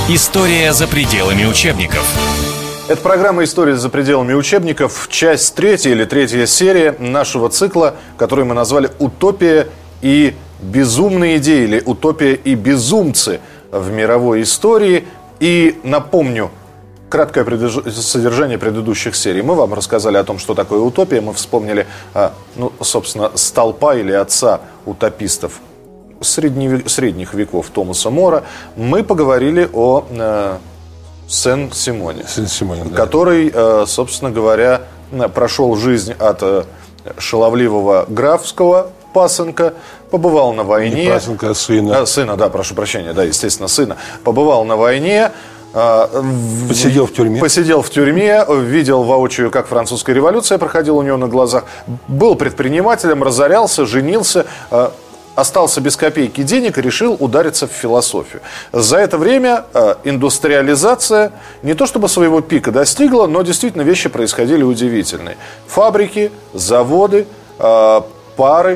История за пределами учебников. Это программа «История за пределами учебников», часть 3 или 3 серия нашего цикла, который мы назвали «Утопия и безумные идеи» или «Утопия и безумцы в мировой истории». И напомню краткое содержание предыдущих серий. Мы вам рассказали о том, что такое утопия. Мы вспомнили, собственно, столпа или отца утопистов средних веков Томаса Мора. Мы поговорили о Сен-Симоне, да. который, собственно говоря, прошел жизнь от шаловливого графского пасынка, побывал на войне. Не пасынка, а сына. Сына, да, прошу прощения, да, естественно, сына. Побывал на войне. Посидел в тюрьме. Посидел в тюрьме, видел воочию, как французская революция проходила у него на глазах. Был предпринимателем, разорялся, женился, остался без копейки денег и решил удариться в философию. За это время индустриализация не то чтобы своего пика достигла, но действительно вещи происходили удивительные. Фабрики, заводы, паровые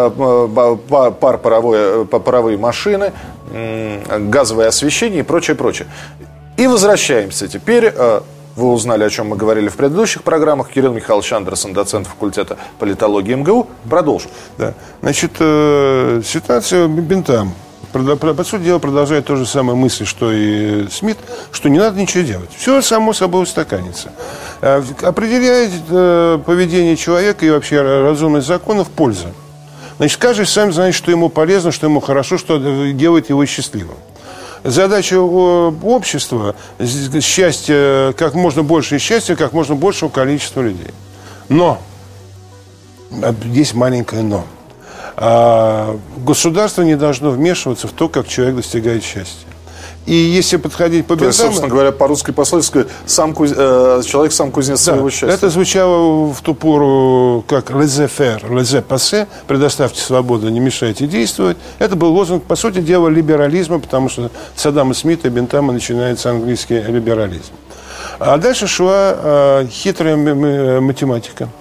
машины, газовое освещение и прочее, прочее. И возвращаемся теперь. Вы узнали, о чем мы говорили в предыдущих программах. Кирилл Михайлович Андерсон, доцент факультета политологии МГУ. Продолжим. Да. Значит, ситуация бинтам. По сути дела, продолжает то же самое мысль, что и Смит, что не надо ничего делать. Все само собой устаканится. Определяет поведение человека и вообще разумность законов польза. Значит, каждый сам знает, что ему полезно, что ему хорошо, что делает его счастливым. Задача общества – счастье, как можно больше счастья, как можно большего количества людей. Но, есть маленькое но. Государство не должно вмешиваться в то, как человек достигает счастья. И если подходить по бинтам... То есть, собственно говоря, по русской пословице, человек сам кузнец своего счастья. Это звучало в ту пору как «laissez-faire», «laissez-passer», «предоставьте свободу, не мешайте действовать». Это был лозунг, по сути дела, либерализма, потому что с Адама Смита и Бентама начинается английский либерализм. А дальше шла хитрая математика.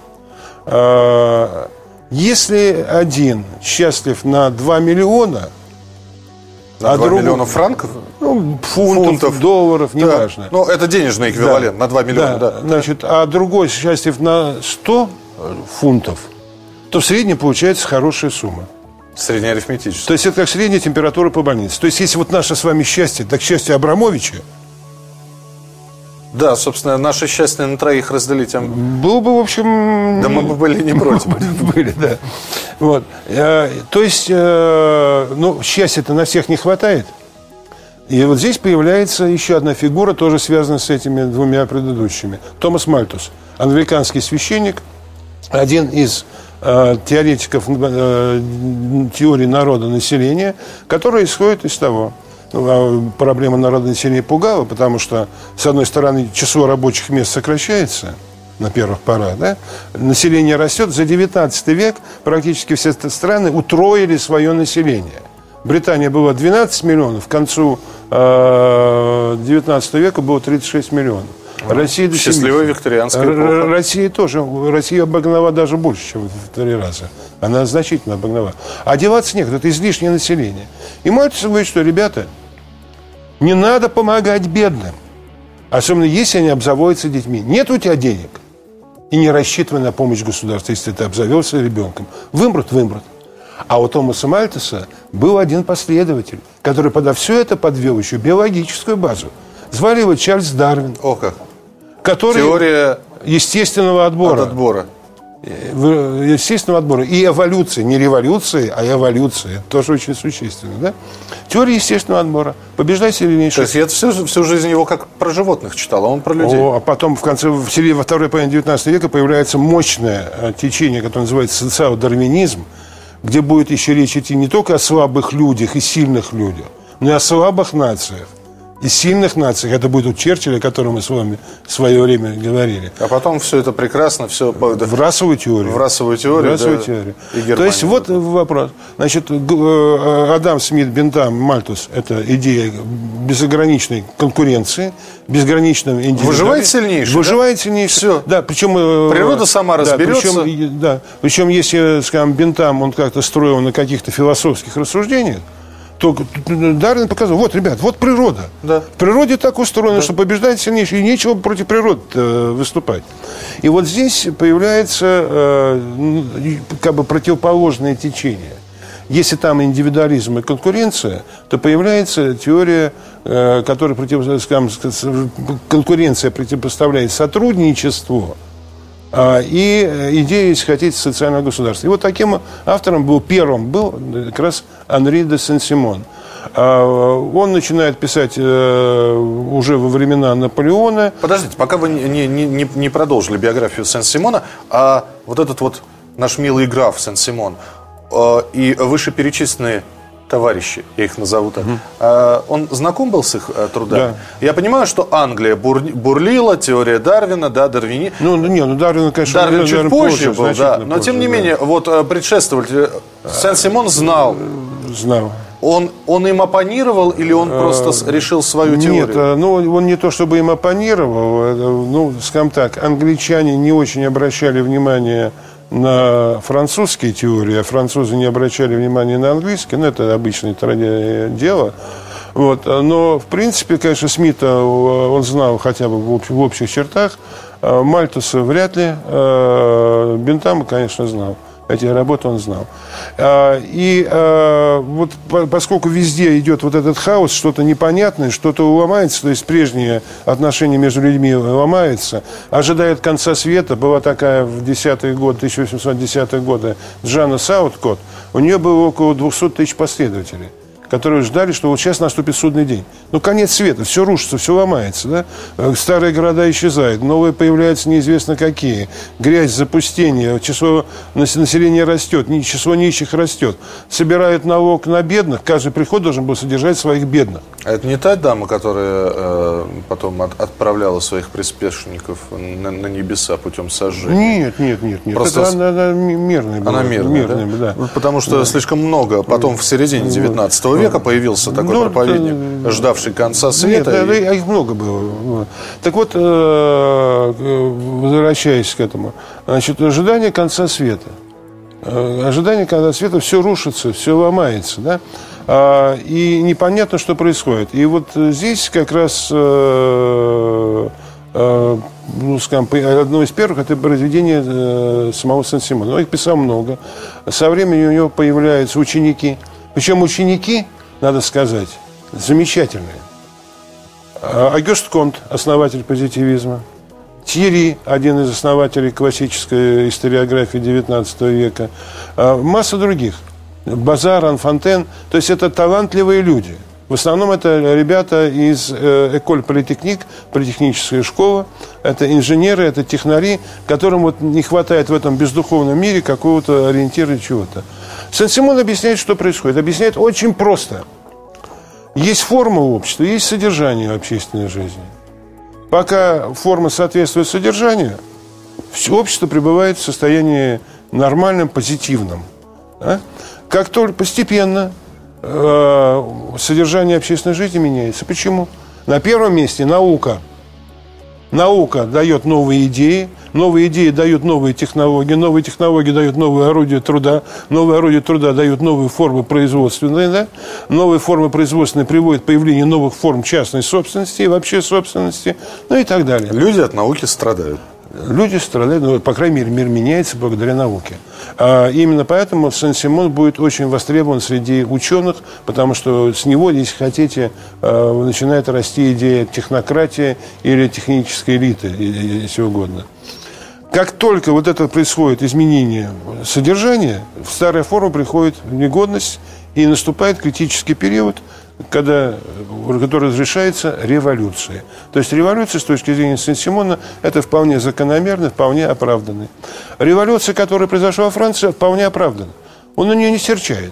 Если один счастлив на 2 миллиона... На 2 миллиона франков? Фунтов, долларов, неважно. Ну, это денежный эквивалент, на 2 миллиона, да. Значит, а другой счастлив на 100 фунтов, то в среднем получается хорошая сумма. Среднеарифметическая. То есть это как средняя температура по больнице. То есть если вот наше с вами счастье, так счастье Абрамовича. Да, собственно, наше счастье на троих разделить. Было бы, в общем... Да мы бы были не против. Были, да. Вот. То есть, счастья-то на всех не хватает. И вот здесь появляется еще одна фигура, тоже связанная с этими двумя предыдущими. Томас Мальтус, англиканский священник, один из теоретиков теории народонаселения, который исходит из того... Проблема народонаселения пугала, потому что, с одной стороны, число рабочих мест сокращается на первых порах, да? Население растет. За 19 век практически все страны утроили свое население. Британия была 12 миллионов, к концу 19 века было 36 миллионов. Россия до 70. Счастливая викторианская эпоха. Россия тоже. Россия обогнала даже больше, чем в 3 раза. Она значительно обогнала. А деваться некуда. Это излишнее население. И Мальтус говорит, что, ребята, не надо помогать бедным. Особенно, если они обзаводятся детьми. Нет у тебя денег. И не рассчитывай на помощь государства, если ты обзавелся ребенком. Вымрут. А у Томаса Мальтуса был один последователь, который подо все это подвел еще биологическую базу. Звали его Чарльз Дарвин. О как. Который... Теория естественного отбора. От отбора. Естественного отбора. И эволюции. Не революции, а эволюции. Тоже очень существенно, да? Теория естественного отбора. Побеждай сильнейший. То есть я всю жизнь его как про животных читал, а он про людей. А потом во второй половине 19 века появляется мощное течение, которое называется социал-дарвинизм, где будет еще речь идти не только о слабых людях и сильных людях, но и о слабых нациях. Из сильных наций, это будет у Черчилля, о котором мы с вами в свое время говорили. А потом все это прекрасно, все... В расовую теорию. В расовую теорию, да. То есть вот вопрос. Значит, Адам Смит, Бентам, Мальтус – это идея безограничной конкуренции, безграничного индивидуализма. Выживает сильнейший. Выживает сильнейший. Все. Да, причем... Природа сама разберется. Причем если, скажем, Бентам, он как-то строил на каких-то философских рассуждениях, Дарвин показал, вот, ребят, вот природа. Да. В природе так устроено, что побеждает сильнейший, и нечего против природы выступать. И вот здесь появляется как бы противоположное течение. Если там индивидуализм и конкуренция, то появляется теория, которая конкуренция противопоставляет сотрудничеству и идея, если хотите, социального государства. И вот таким автором первым был как раз Анри де Сен-Симон. Он начинает писать уже во времена Наполеона. Подождите, пока вы не продолжили биографию Сен-Симона, а вот этот вот наш милый граф Сен-Симон и вышеперечисленные товарищи, я их назову так, он знаком был с их трудами? Да. Я понимаю, что Англия бурлила, теория Дарвина, да, Дарвини. Дарвин, конечно, Дарвин чуть позже был, да. Но, тем не менее, вот предшествователь Сен-Симон знал. Он им оппонировал или он просто решил свою теорию? Нет, он не то чтобы им оппонировал, скажем так, англичане не очень обращали внимание на французские теории, а французы не обращали внимания на английские, это обычное дело. Вот. Но, в принципе, конечно, Смита он знал хотя бы в общих чертах, Мальтуса вряд ли, Бентама, конечно, знал. Эти работы он знал. Вот поскольку везде идет вот этот хаос, что-то непонятное, что-то ломается, то есть прежние отношения между людьми ломаются, ожидает конца света. Была такая в 1810-е годы Джанна Саутскотт, у нее было около 200 тысяч последователей, которые ждали, что вот сейчас наступит судный день. Конец света, все рушится, все ломается, да? Старые города исчезают, новые появляются неизвестно какие. Грязь, запустение, число населения растет, число нищих растет. Собирают налог на бедных, каждый приход должен был содержать своих бедных. А это не та дама, которая потом отправляла своих приспешников на небеса путем сожжения? Нет. Просто это она мирная была. Она мирная, да? Потому что слишком много. Потом в середине 19 века появился такой проповедник, ждавший конца света. Нет, их много было. Так вот, возвращаясь к этому, значит, ожидание конца света. Ожидание конца света, все рушится, все ломается, да? И непонятно, что происходит. И вот здесь как раз, скажем, одно из первых — это произведение самого Сен-Симона. Он их писал много. Со временем у него появляются ученики. Причем ученики, надо сказать, замечательные. Агюст Конт, основатель позитивизма. Тьерри, один из основателей классической историографии XIX века. Масса других. Базар, Анфонтен. То есть это талантливые люди. В основном это ребята из Эколь Политехник, политехническая школа. Это инженеры, это технари, которым вот не хватает в этом бездуховном мире какого-то ориентира, чего-то. Сен-Симон объясняет, что происходит. Объясняет очень просто. Есть форма общества, есть содержание общественной жизни. Пока форма соответствует содержанию, все общество пребывает в состоянии нормальном, позитивном. Да? Как только постепенно содержание общественной жизни меняется. Почему? На первом месте наука. Наука дает новые идеи дают новые технологии дают новые орудия труда дают новые формы производственные, да? Новые формы производственные приводят к появлению новых форм частной собственности и вообще собственности, и так далее. Люди от науки страдают. Люди страдают, по крайней мере, мир меняется благодаря науке. Именно поэтому Сен-Симон будет очень востребован среди ученых, потому что с него, если хотите, начинает расти идея технократии или технической элиты, если угодно. Как только вот это происходит изменение содержания, старая форма приходит в негодность, и наступает критический период, который разрешается революцией. То есть революция, с точки зрения Сен-Симона, это вполне закономерно, вполне оправданно. Революция, которая произошла во Франции, вполне оправдана. Он на нее не серчает.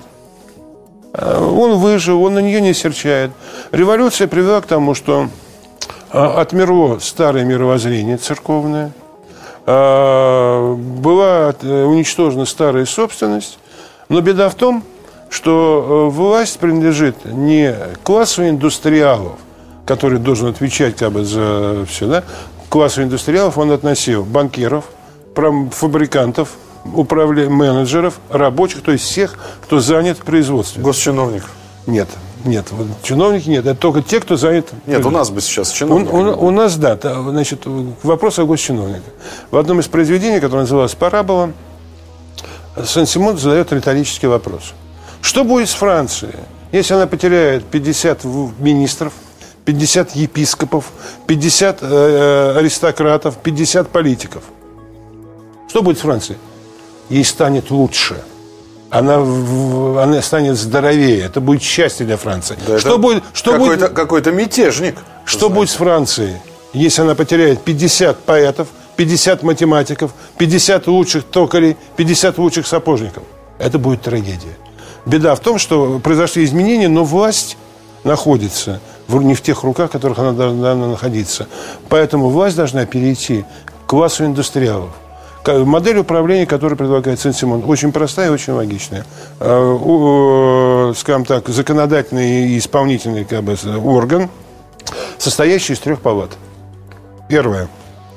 Он выжил, он на нее не серчает. Революция привела к тому, что отмерло старое мировоззрение церковное, была уничтожена старая собственность, но беда в том, что власть принадлежит не классу индустриалов, который должен отвечать за все, да? К классу индустриалов он относил банкиров, фабрикантов, менеджеров, рабочих, то есть всех, кто занят в производстве. Госчиновников. Нет. Вот чиновники нет. Это только те, кто занят. Нет, у нас бы сейчас чиновники. У нас, да. Значит, вопрос о госчиновнике. В одном из произведений, которое называлось «Парабола», Сен-Симон задает риторический вопрос. Что будет с Францией, если она потеряет 50 министров, 50 епископов, 50 аристократов, 50 политиков? Что будет с Францией? Ей станет лучше. Она станет здоровее. Это будет счастье для Франции. Да, какой-то мятежник. Что будет с Францией, если она потеряет 50 поэтов, 50 математиков, 50 лучших токарей, 50 лучших сапожников? Это будет трагедия. Беда в том, что произошли изменения, но власть находится не в тех руках, в которых она должна находиться. Поэтому власть должна перейти к классу индустриалов. Модель управления, которую предлагает Сен-Симон, очень простая и очень логичная. Скажем так, законодательный и исполнительный орган, состоящий из 3 палат. Первое.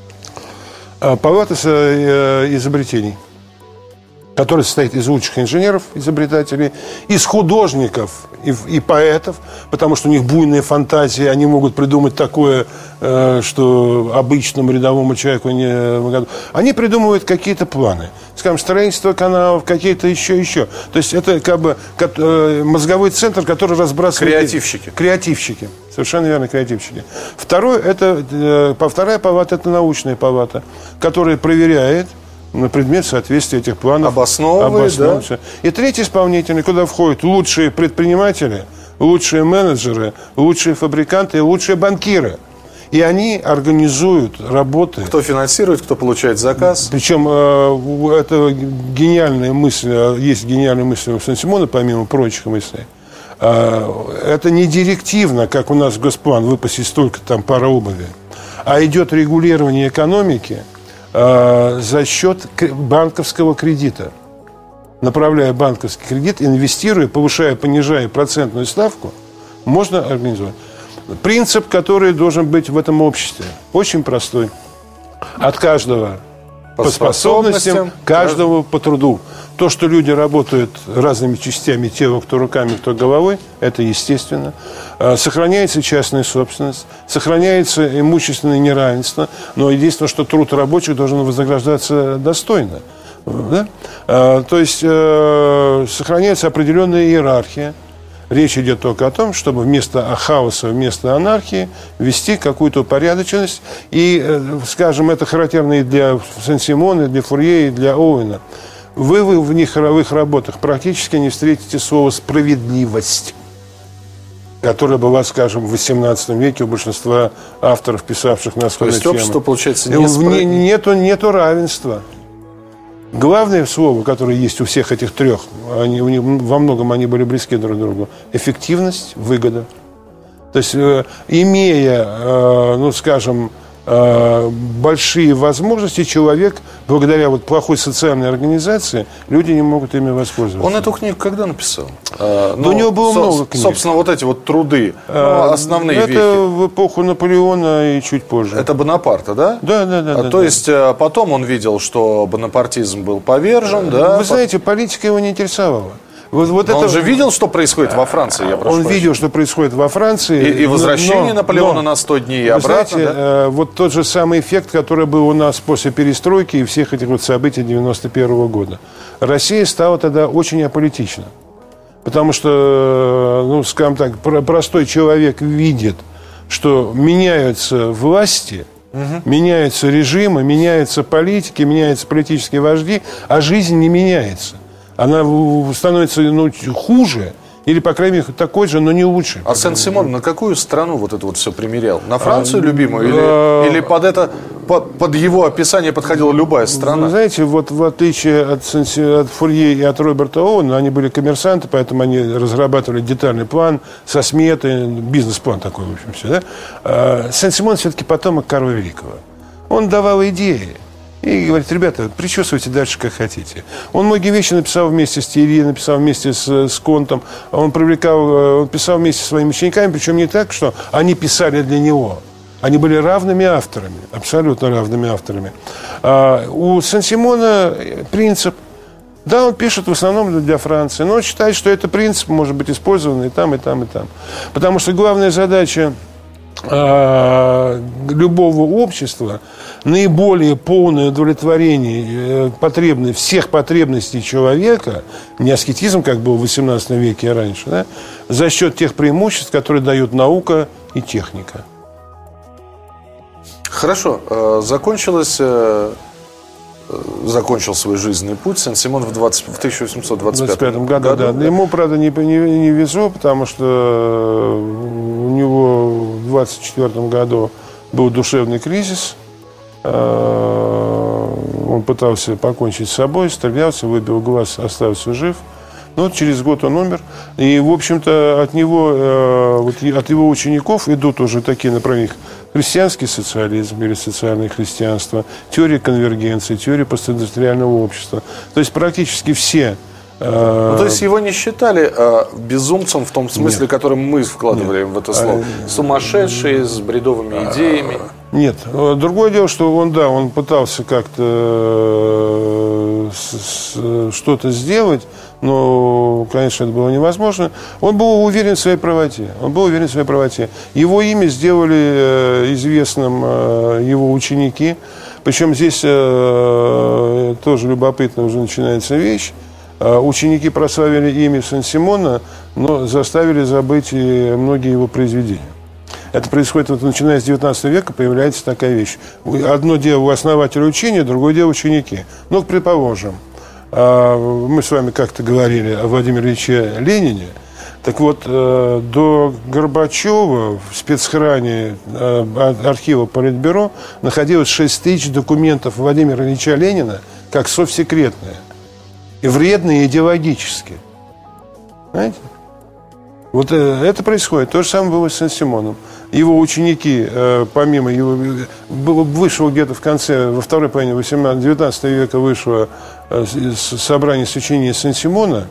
Палата изобретений, которая состоит из лучших инженеров, изобретателей, из художников и поэтов, потому что у них буйная фантазия, они могут придумать такое, что обычному рядовому человеку не... Они придумывают какие-то планы. Скажем, строительство каналов, какие-то еще. То есть это мозговой центр, который разбрасывает... Креативщики. Совершенно верно, креативщики. Вторая палата – это научная палата, которая проверяет на предмет соответствия этих планов. Обосновывает. Да? И третий исполнительный, куда входят лучшие предприниматели, лучшие менеджеры, лучшие фабриканты и лучшие банкиры. И они организуют работы. Кто финансирует, кто получает заказ. Причем это гениальная мысль, есть гениальная мысль у Сен-Симона, помимо прочих мыслей. Это не директивно, как у нас Госплан, выпустить столько там пар обуви, а идет регулирование экономики за счет банковского кредита. Направляя банковский кредит, инвестируя, повышая, понижая процентную ставку, можно организовать. Принцип, который должен быть в этом обществе, очень простой. От каждого по способностям, каждого по труду. То, что люди работают разными частями тела, кто руками, кто головой, это естественно. Сохраняется частная собственность, сохраняется имущественное неравенство, но единственное, что труд рабочих должен вознаграждаться достойно. Да? То есть сохраняется определенная иерархия. Речь идет только о том, чтобы вместо хаоса, вместо анархии ввести какую-то упорядоченность. И, скажем, это характерно и для Сен-Симона, и для Фурье, и для Оуэна. Вы в их работах практически не встретите слово «справедливость», которая была, скажем, в XVIII веке у большинства авторов, писавших на сходные темы. То есть общество, получается, несправедливо. Нету равенства. Главное слово, которое есть у всех этих трех, во многом они были близки друг к другу, эффективность, выгода. То есть, имея, скажем, большие возможности, человек, благодаря плохой социальной организации, люди не могут ими воспользоваться. Он эту книгу когда написал? У него было много книг. Собственно, вот эти труды, основные вехи. Это в эпоху Наполеона и чуть позже. Это Бонапарта, да? Да. То есть, потом он видел, что бонапартизм был повержен, да? Вы знаете, политика его не интересовала. Он же видел, что происходит во Франции, я прошу прощения. Видел, что происходит во Франции. И возвращение Наполеона на 100 дней и обратно. Знаете, да? Вот тот же самый эффект, который был у нас после перестройки и всех этих событий 91 года. Россия стала тогда очень аполитична. Потому что, скажем так, простой человек видит, что меняются власти, меняются режимы, меняются политики, меняются политические вожди, а жизнь не меняется. Она становится хуже, или, по крайней мере, такой же, но не лучше. А Сен-Симон на какую страну это все примерял? На Францию любимую? Или под его описание подходила любая страна? Вы знаете, в отличие от Фурье и от Роберта Оуэна, они были коммерсанты, поэтому они разрабатывали детальный план со сметой, бизнес-план такой, в общем, все. Да? Сен-Симон все-таки потомок Карла Великого. Он давал идеи. И говорит: ребята, причесывайте дальше, как хотите. Он многие вещи написал вместе с Тьерри, написал вместе с Контом. Он писал вместе со своими учениками, причем не так, что они писали для него. Они были равными авторами, абсолютно равными авторами. У Сен-Симона принцип: Да, он пишет в основном для Франции, но он считает, что этот принцип может быть использован и там, и там, и там. Потому что главная задача любого общества — наиболее полное удовлетворение всех потребностей человека, не аскетизм, как был в XVIII веке и раньше, да, за счет тех преимуществ, которые дают наука и техника. Хорошо. Закончил свой жизненный путь Сен-Симон в 1825 году. Да. Ему, правда, не везло, потому что у него в 24 году был душевный кризис. Он пытался покончить с собой, стрелялся, выбил глаз, остался жив. Но через год он умер. И, в общем-то, от его учеников идут уже такие направления: христианский социализм или социальное христианство, теория конвергенции, теория постиндустриального общества. То есть практически все. То есть его не считали безумцем в том смысле, который мы вкладывали в это слово? Сумасшедший, с бредовыми идеями? Нет. Другое дело, что он пытался как-то что-то сделать, но, конечно, это было невозможно. Он был уверен в своей правоте. Его имя сделали известным его ученики. Причем здесь тоже любопытно уже начинается вещь. Ученики прославили имя Сен-Симона, но заставили забыть и многие его произведения. Это происходит, начиная с 19 века, появляется такая вещь. Одно дело у основателя учения, другое дело ученики. Ну, предположим, мы с вами как-то говорили о Владимире Ильиче Ленине. Так вот, до Горбачева в спецхране архива Политбюро находилось 6 тысяч документов Владимира Ильича Ленина как совсекретные. И вредные идеологически. Понимаете? Вот это происходит. То же самое было с Сен-Симоном. Его ученики, помимо его... Вышло где-то в конце, во второй половине 19 века вышло собрание сочинений Сен-Симона.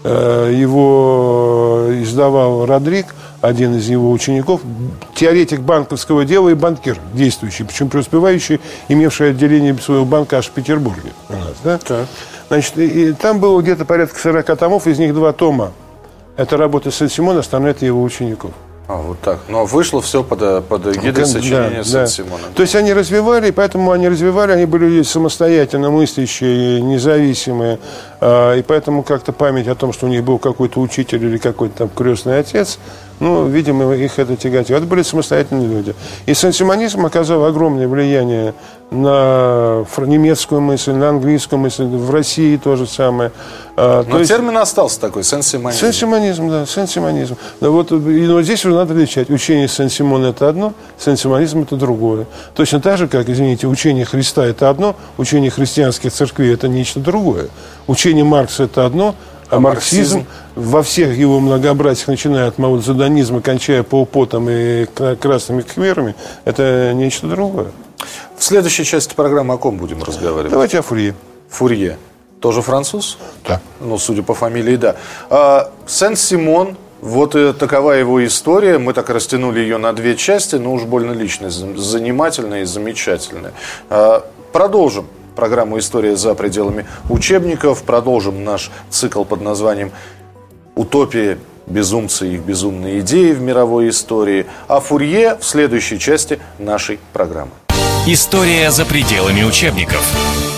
Его издавал Родрик, один из его учеников, теоретик банковского дела и банкир действующий, причем преуспевающий, имевший отделение своего банка аж в Петербурге у нас, да? Так. Значит, и там было где-то порядка 40 томов, из них 2 тома. Это работа Сен-Симона, остальное — это его учеников. Вот так. Но вышло все под эгидой сочинения Сен-Симона. То есть они развивали, и поэтому они были самостоятельно мыслящие, независимые. И поэтому как-то память о том, что у них был какой-то учитель или какой-то там крестный отец, видимо, их это тяготило. Это были самостоятельные люди. И сен-симонизм оказал огромное влияние на немецкую мысль, на английскую мысль, в России то же самое. Но термин остался такой, сен-симонизм. Сен-симонизм, да, сен-симонизм. Но здесь уже надо отличать. Учение Сен-Симона — это одно, сен-симонизм — это другое. Точно так же, как, извините, учение Христа — это одно, учение христианских церквей — это нечто другое. Учение Маркса — это одно, а марксизм во всех его многообразиях, начиная от маоцзедонизма, кончая Пол Потом и красными кхмерами, это нечто другое. В следующей части программы о ком будем разговаривать? Давайте о Фурье. Фурье. Тоже француз? Да. Судя по фамилии, да. Сен-Симон, вот и такова его история. Мы так растянули ее на 2 части, но уж больно личная, занимательная и замечательная. Продолжим программу «История за пределами учебников». Продолжим наш цикл под названием «Утопия, безумцы и их безумные идеи в мировой истории». А Фурье в следующей части нашей программы. История за пределами учебников.